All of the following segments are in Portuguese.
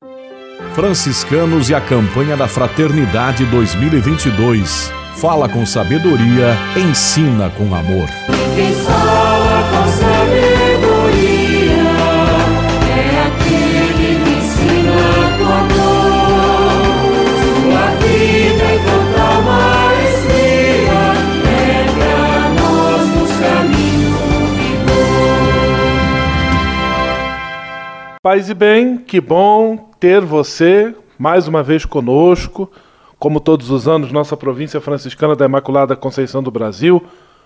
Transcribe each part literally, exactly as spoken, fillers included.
Franciscanos e a campanha da Fraternidade dois mil e vinte e dois. Fala com sabedoria, ensina com amor. Quem fala com sabedoria é aquele que ensina com amor. Sua vida é total maestria, é pra nós nos caminhos vigor. Paz e bem, que bom ter você mais uma vez conosco. Como todos os anos, nossa província franciscana da Imaculada Conceição do Brasil,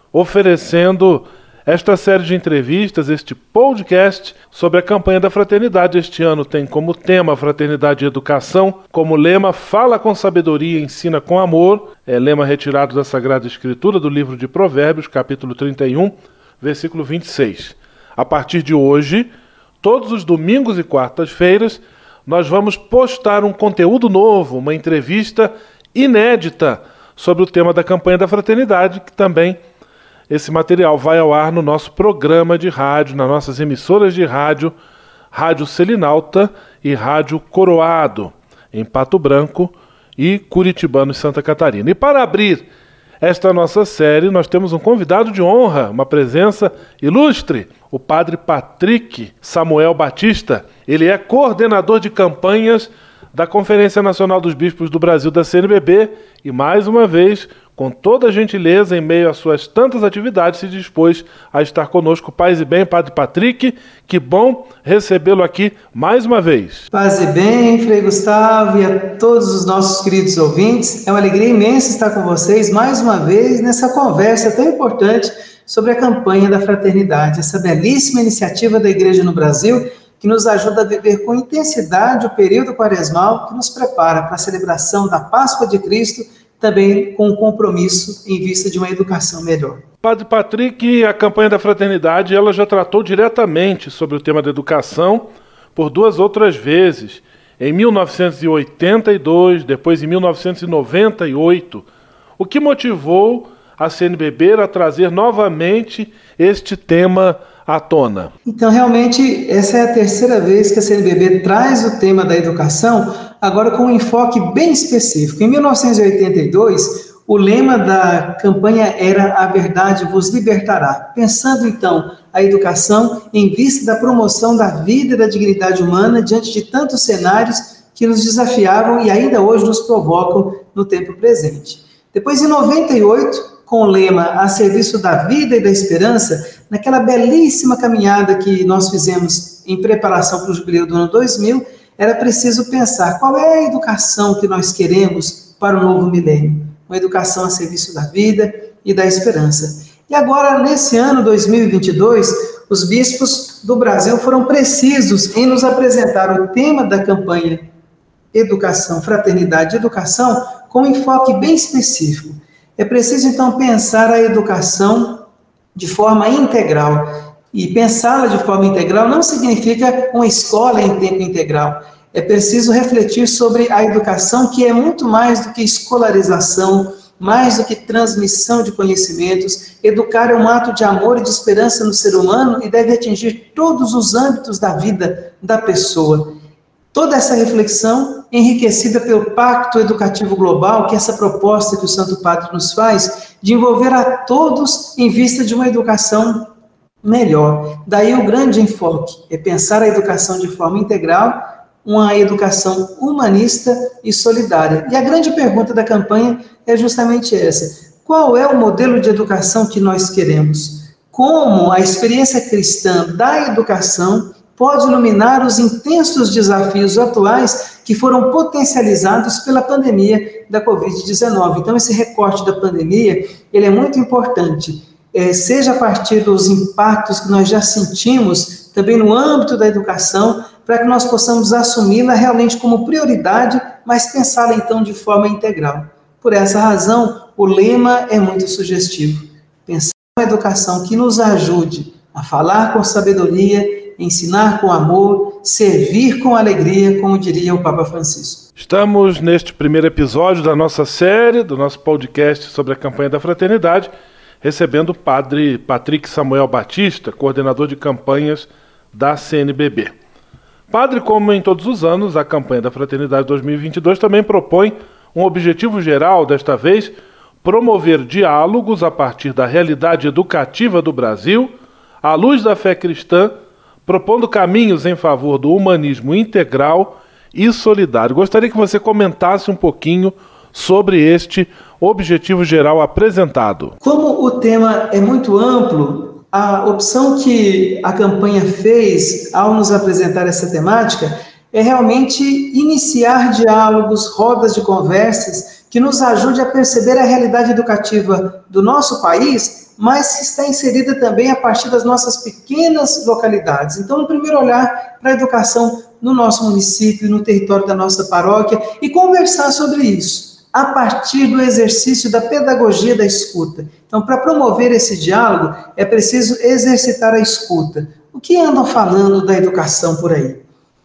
oferecendo esta série de entrevistas, este podcast sobre a campanha da Fraternidade. Este ano tem como tema Fraternidade e Educação, como lema Fala com Sabedoria, Ensina com Amor, é lema retirado da Sagrada Escritura, do livro de Provérbios, capítulo trinta e um, versículo vinte e seis. A partir de hoje, todos os domingos e quartas-feiras, nós vamos postar um conteúdo novo, uma entrevista inédita sobre o tema da campanha da Fraternidade, que também esse material vai ao ar no nosso programa de rádio, nas nossas emissoras de rádio, Rádio Selinalta e Rádio Coroado, em Pato Branco e Curitibano, em Santa Catarina. E para abrir esta nossa série, nós temos um convidado de honra, uma presença ilustre, o padre Patrick Samuel Batista. Ele é coordenador de campanhas da Conferência Nacional dos Bispos do Brasil, da C N B B, e mais uma vez, com toda a gentileza, em meio às suas tantas atividades, se dispôs a estar conosco. Paz e bem, padre Patrick, que bom recebê-lo aqui mais uma vez. Paz e bem, Frei Gustavo, e a todos os nossos queridos ouvintes. É uma alegria imensa estar com vocês mais uma vez nessa conversa tão importante sobre a campanha da Fraternidade, essa belíssima iniciativa da Igreja no Brasil, que nos ajuda a viver com intensidade o período quaresmal, que nos prepara para a celebração da Páscoa de Cristo, também com um compromisso em vista de uma educação melhor. Padre Patrick, a campanha da Fraternidade, ela já tratou diretamente sobre o tema da educação por duas outras vezes, em mil novecentos e oitenta e dois, depois em mil novecentos e noventa e oito, o que motivou a C N B B a trazer novamente este tema à tona. Então, realmente, essa é a terceira vez que a C N B B traz o tema da educação, agora com um enfoque bem específico. Em mil novecentos e oitenta e dois, o lema da campanha era "A verdade vos libertará", pensando, então, a educação em vista da promoção da vida e da dignidade humana diante de tantos cenários que nos desafiavam e ainda hoje nos provocam no tempo presente. Depois, em noventa e oito, com o lema "A serviço da vida e da esperança", naquela belíssima caminhada que nós fizemos em preparação para o jubileu do ano dois mil, era preciso pensar qual é a educação que nós queremos para o novo milênio. Uma educação a serviço da vida e da esperança. E agora, nesse ano dois mil e vinte e dois, os bispos do Brasil foram precisos em nos apresentar o tema da campanha Educação, Fraternidade e Educação com um enfoque bem específico. É preciso, então, pensar a educação de forma integral. E pensá-la de forma integral não significa uma escola em tempo integral. É preciso refletir sobre a educação, que é muito mais do que escolarização, mais do que transmissão de conhecimentos. Educar é um ato de amor e de esperança no ser humano e deve atingir todos os âmbitos da vida da pessoa. Toda essa reflexão, enriquecida pelo Pacto Educativo Global, que é essa proposta que o Santo Padre nos faz, de envolver a todos em vista de uma educação melhor. Daí o grande enfoque, é pensar a educação de forma integral, uma educação humanista e solidária. E a grande pergunta da campanha é justamente essa: qual é o modelo de educação que nós queremos? Como a experiência cristã da educação pode iluminar os intensos desafios atuais que foram potencializados pela pandemia da covid dezenove. Então, esse recorte da pandemia, ele é muito importante, é, seja a partir dos impactos que nós já sentimos, também no âmbito da educação, para que nós possamos assumi-la realmente como prioridade, mas pensá-la, então, de forma integral. Por essa razão, o lema é muito sugestivo. Pensar uma educação que nos ajude a falar com sabedoria, ensinar com amor, servir com alegria, como diria o Papa Francisco. Estamos neste primeiro episódio da nossa série, do nosso podcast sobre a campanha da Fraternidade, recebendo o padre Patrick Samuel Batista, coordenador de campanhas da C N B B. Padre, como em todos os anos, a campanha da Fraternidade dois mil e vinte e dois também propõe um objetivo geral, desta vez, promover diálogos a partir da realidade educativa do Brasil, à luz da fé cristã, propondo caminhos em favor do humanismo integral e solidário. Gostaria que você comentasse um pouquinho sobre este objetivo geral apresentado. Como o tema é muito amplo, a opção que a campanha fez ao nos apresentar essa temática é realmente iniciar diálogos, rodas de conversas que nos ajude a perceber a realidade educativa do nosso país, mas que está inserida também a partir das nossas pequenas localidades. Então, no primeiro olhar para a educação no nosso município, no território da nossa paróquia, e conversar sobre isso, a partir do exercício da pedagogia da escuta. Então, para promover esse diálogo, é preciso exercitar a escuta. O que andam falando da educação por aí?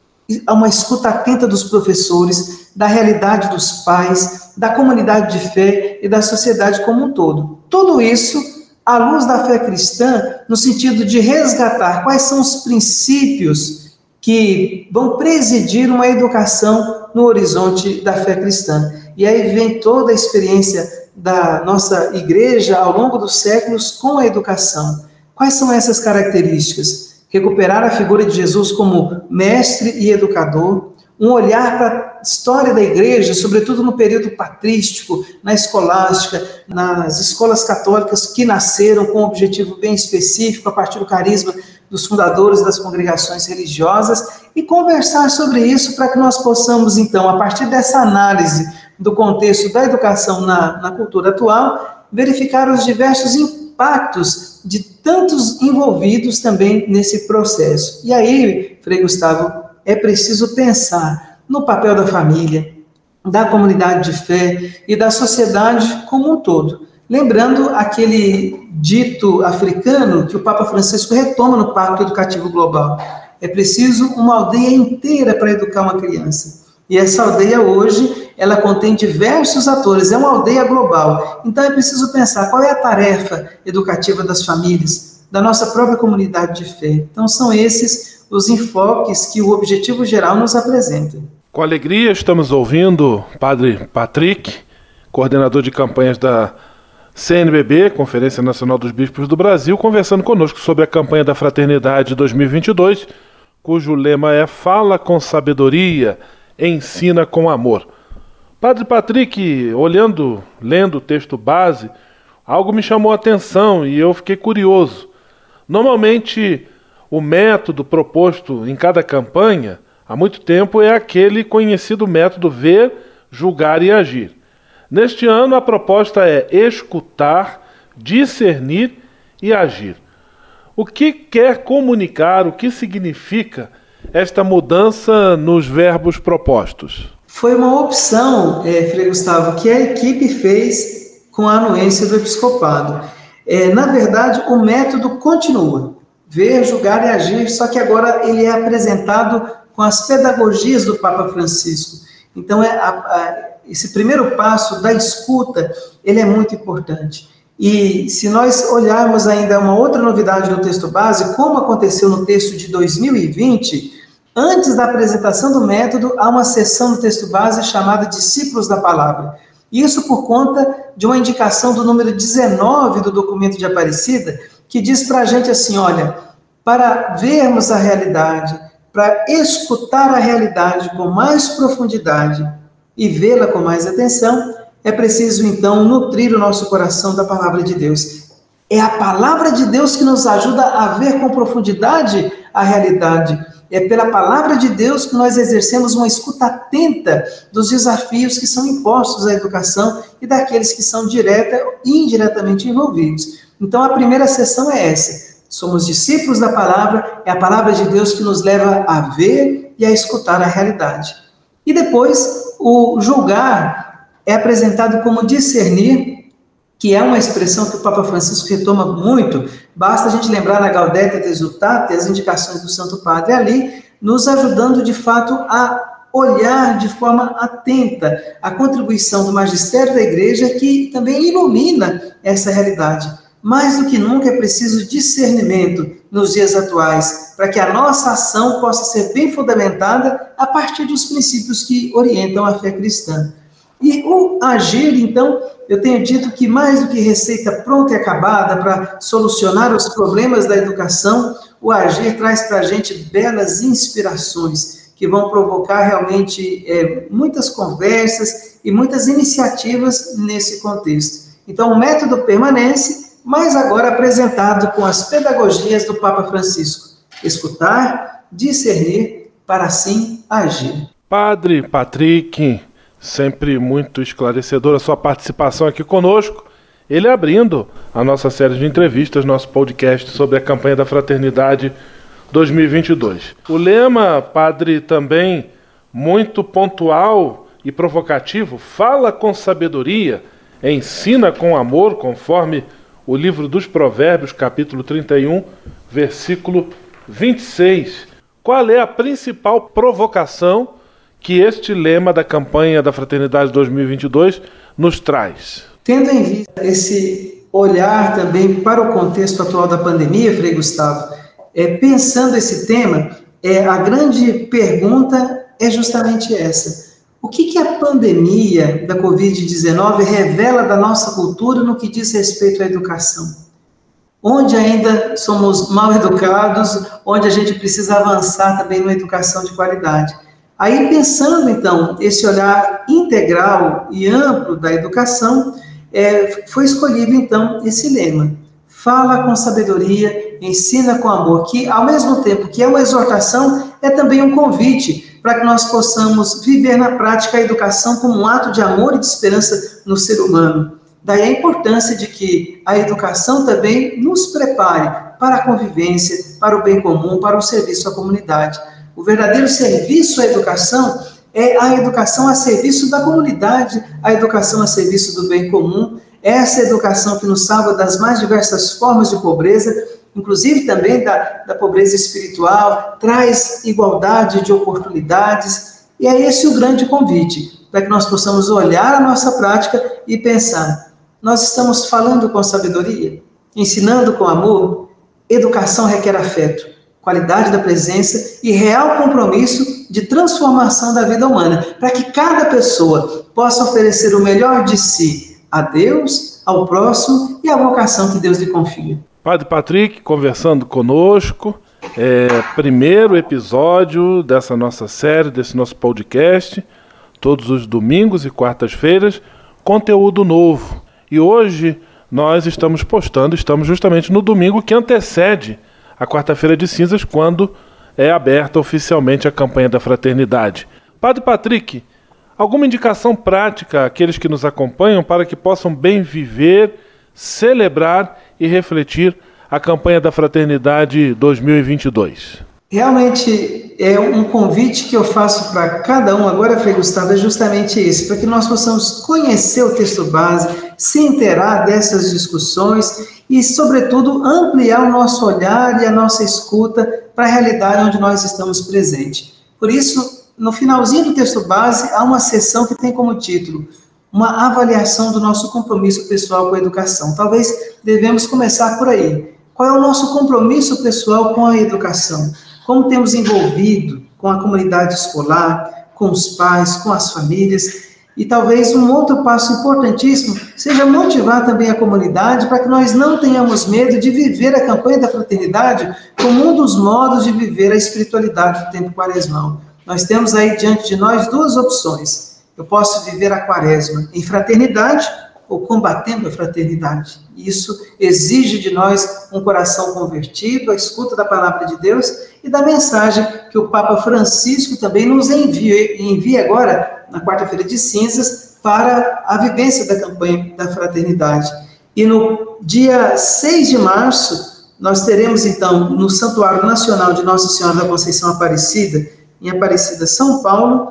Há uma escuta atenta dos professores, da realidade dos pais, da comunidade de fé e da sociedade como um todo. Tudo isso à luz da fé cristã, no sentido de resgatar quais são os princípios que vão presidir uma educação no horizonte da fé cristã. E aí vem toda a experiência da nossa igreja ao longo dos séculos com a educação. Quais são essas características? Recuperar a figura de Jesus como mestre e educador, um olhar para a história da igreja, sobretudo no período patrístico, na escolástica, nas escolas católicas que nasceram com um objetivo bem específico, a partir do carisma dos fundadores das congregações religiosas, e conversar sobre isso para que nós possamos, então, a partir dessa análise do contexto da educação na, na cultura atual, verificar os diversos impactos de tantos envolvidos também nesse processo. E aí, Frei Gustavo, é preciso pensar no papel da família, da comunidade de fé e da sociedade como um todo. Lembrando aquele dito africano que o Papa Francisco retoma no Pacto Educativo Global. É preciso uma aldeia inteira para educar uma criança. E essa aldeia hoje, ela contém diversos atores, é uma aldeia global. Então é preciso pensar qual é a tarefa educativa das famílias, da nossa própria comunidade de fé. Então são esses os enfoques que o objetivo geral nos apresenta. Com alegria estamos ouvindo o Padre Patrick, coordenador de campanhas da C N B B, Conferência Nacional dos Bispos do Brasil, conversando conosco sobre a campanha da Fraternidade dois mil e vinte e dois, cujo lema é Fala com Sabedoria, Ensina com Amor. Padre Patrick, olhando, lendo o texto base, algo me chamou a atenção e eu fiquei curioso. Normalmente, o método proposto em cada campanha, há muito tempo, é aquele conhecido método ver, julgar e agir. Neste ano, a proposta é escutar, discernir e agir. O que quer comunicar, o que significa esta mudança nos verbos propostos? Foi uma opção, é, Frei Gustavo, que a equipe fez com a anuência do episcopado. É, na verdade, o método continua. Ver, julgar e agir, só que agora ele é apresentado com as pedagogias do Papa Francisco. Então, é a, a, esse primeiro passo da escuta, ele é muito importante. E se nós olharmos ainda uma outra novidade no texto base, como aconteceu no texto de dois mil e vinte, antes da apresentação do método, há uma seção no texto base chamada Discípulos da Palavra. Isso por conta de uma indicação do número dezenove do documento de Aparecida, que diz para a gente assim, olha, para vermos a realidade, para escutar a realidade com mais profundidade e vê-la com mais atenção, é preciso, então, nutrir o nosso coração da palavra de Deus. É a palavra de Deus que nos ajuda a ver com profundidade a realidade. É pela palavra de Deus que nós exercemos uma escuta atenta dos desafios que são impostos à educação e daqueles que são direta e indiretamente envolvidos. Então, a primeira sessão é essa. Somos discípulos da palavra, é a palavra de Deus que nos leva a ver e a escutar a realidade. E depois, o julgar é apresentado como discernir, que é uma expressão que o Papa Francisco retoma muito. Basta a gente lembrar na Gaudete et Exsultate as indicações do Santo Padre ali, nos ajudando de fato a olhar de forma atenta a contribuição do magistério da Igreja, que também ilumina essa realidade. mais do que nunca é preciso discernimento nos dias atuais, para que a nossa ação possa ser bem fundamentada a partir dos princípios que orientam a fé cristã. E o agir, então, eu tenho dito que mais do que receita pronta e acabada para solucionar os problemas da educação, o agir traz para a gente belas inspirações que vão provocar realmente é, muitas conversas e muitas iniciativas nesse contexto. Então, o método permanece, mas agora apresentado com as pedagogias do Papa Francisco. Escutar, discernir, para assim agir. Padre Patrick, sempre muito esclarecedora a sua participação aqui conosco, ele abrindo a nossa série de entrevistas, nosso podcast sobre a campanha da Fraternidade dois mil e vinte e dois. O lema, padre, também muito pontual e provocativo, fala com sabedoria, ensina com amor, conforme o livro dos Provérbios, capítulo trinta e um, versículo vinte e seis. Qual é a principal provocação que este lema da campanha da Fraternidade dois mil e vinte e dois nos traz? Tendo em vista esse olhar também para o contexto atual da pandemia, Frei Gustavo, é, pensando esse tema, é, a grande pergunta é justamente essa. O que, que a pandemia da covid dezenove revela da nossa cultura no que diz respeito à educação? Onde ainda somos mal educados, onde a gente precisa avançar também numa educação de qualidade. Aí, pensando, então, esse olhar integral e amplo da educação, é, foi escolhido, então, esse lema. Fala com sabedoria, ensina com amor, que, ao mesmo tempo que é uma exortação, é também um convite para que nós possamos viver na prática a educação como um ato de amor e de esperança no ser humano. Daí a importância de que a educação também nos prepare para a convivência, para o bem comum, para o serviço à comunidade. O verdadeiro serviço à educação é a educação a serviço da comunidade, a educação a serviço do bem comum, essa educação que nos salva das mais diversas formas de pobreza, inclusive também da, da pobreza espiritual, traz igualdade de oportunidades, e é esse o grande convite, para que nós possamos olhar a nossa prática e pensar, nós estamos falando com sabedoria, ensinando com amor, educação requer afeto, qualidade da presença e real compromisso de transformação da vida humana, para que cada pessoa possa oferecer o melhor de si a Deus, ao próximo e à vocação que Deus lhe confia. Padre Patrick conversando conosco, é, primeiro episódio dessa nossa série, desse nosso podcast, todos os domingos e quartas-feiras, conteúdo novo. E hoje nós estamos postando, estamos justamente no domingo que antecede a quarta-feira de cinzas, quando é aberta oficialmente a campanha da Fraternidade. Padre Patrick, alguma indicação prática àqueles que nos acompanham para que possam bem viver, celebrar e refletir a campanha da Fraternidade dois mil e vinte e dois? Realmente é um convite que eu faço para cada um agora, Frei Gustavo, é justamente esse, para que nós possamos conhecer o texto base, se inteirar dessas discussões e, sobretudo, ampliar o nosso olhar e a nossa escuta para a realidade onde nós estamos presentes. Por isso, no finalzinho do texto base, há uma seção que tem como título uma avaliação do nosso compromisso pessoal com a educação. Talvez devemos começar por aí. Qual é o nosso compromisso pessoal com a educação? Como temos envolvido com a comunidade escolar, com os pais, com as famílias? E talvez um outro passo importantíssimo seja motivar também a comunidade para que nós não tenhamos medo de viver a campanha da fraternidade como um dos modos de viver a espiritualidade do tempo quaresmal. Nós temos aí diante de nós duas opções. Eu posso viver a quaresma em fraternidade ou combatendo a fraternidade. Isso exige de nós um coração convertido, a escuta da palavra de Deus e da mensagem que o Papa Francisco também nos envia, envia agora, na quarta-feira de cinzas, para a vivência da campanha da fraternidade. E no dia seis de março, nós teremos então, no Santuário Nacional de Nossa Senhora da Conceição Aparecida, em Aparecida, São Paulo,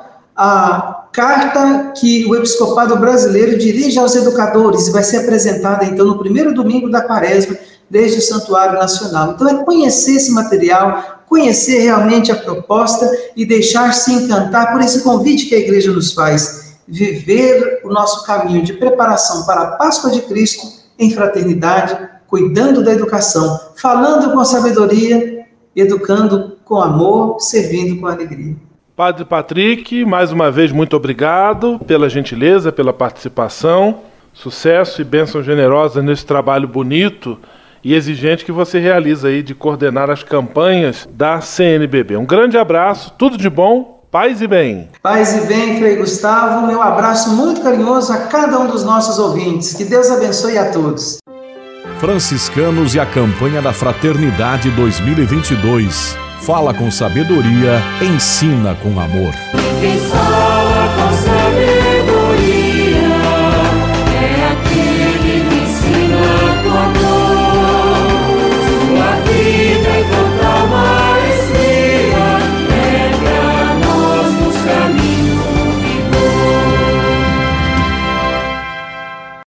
a carta que o episcopado brasileiro dirige aos educadores e vai ser apresentada, então, no primeiro domingo da quaresma, desde o Santuário Nacional. Então, é conhecer esse material, conhecer realmente a proposta e deixar-se encantar por esse convite que a Igreja nos faz, viver o nosso caminho de preparação para a Páscoa de Cristo em fraternidade, cuidando da educação, falando com sabedoria, educando com amor, servindo com alegria. Padre Patrick, mais uma vez, muito obrigado pela gentileza, pela participação. Sucesso e bênção generosa nesse trabalho bonito e exigente que você realiza aí de coordenar as campanhas da C N B B. Um grande abraço, tudo de bom, paz e bem. Paz e bem, Frei Gustavo. Meu abraço muito carinhoso a cada um dos nossos ouvintes. Que Deus abençoe a todos. Franciscanos e a campanha da Fraternidade dois mil e vinte e dois. Fala com sabedoria, ensina com amor. Quem sabe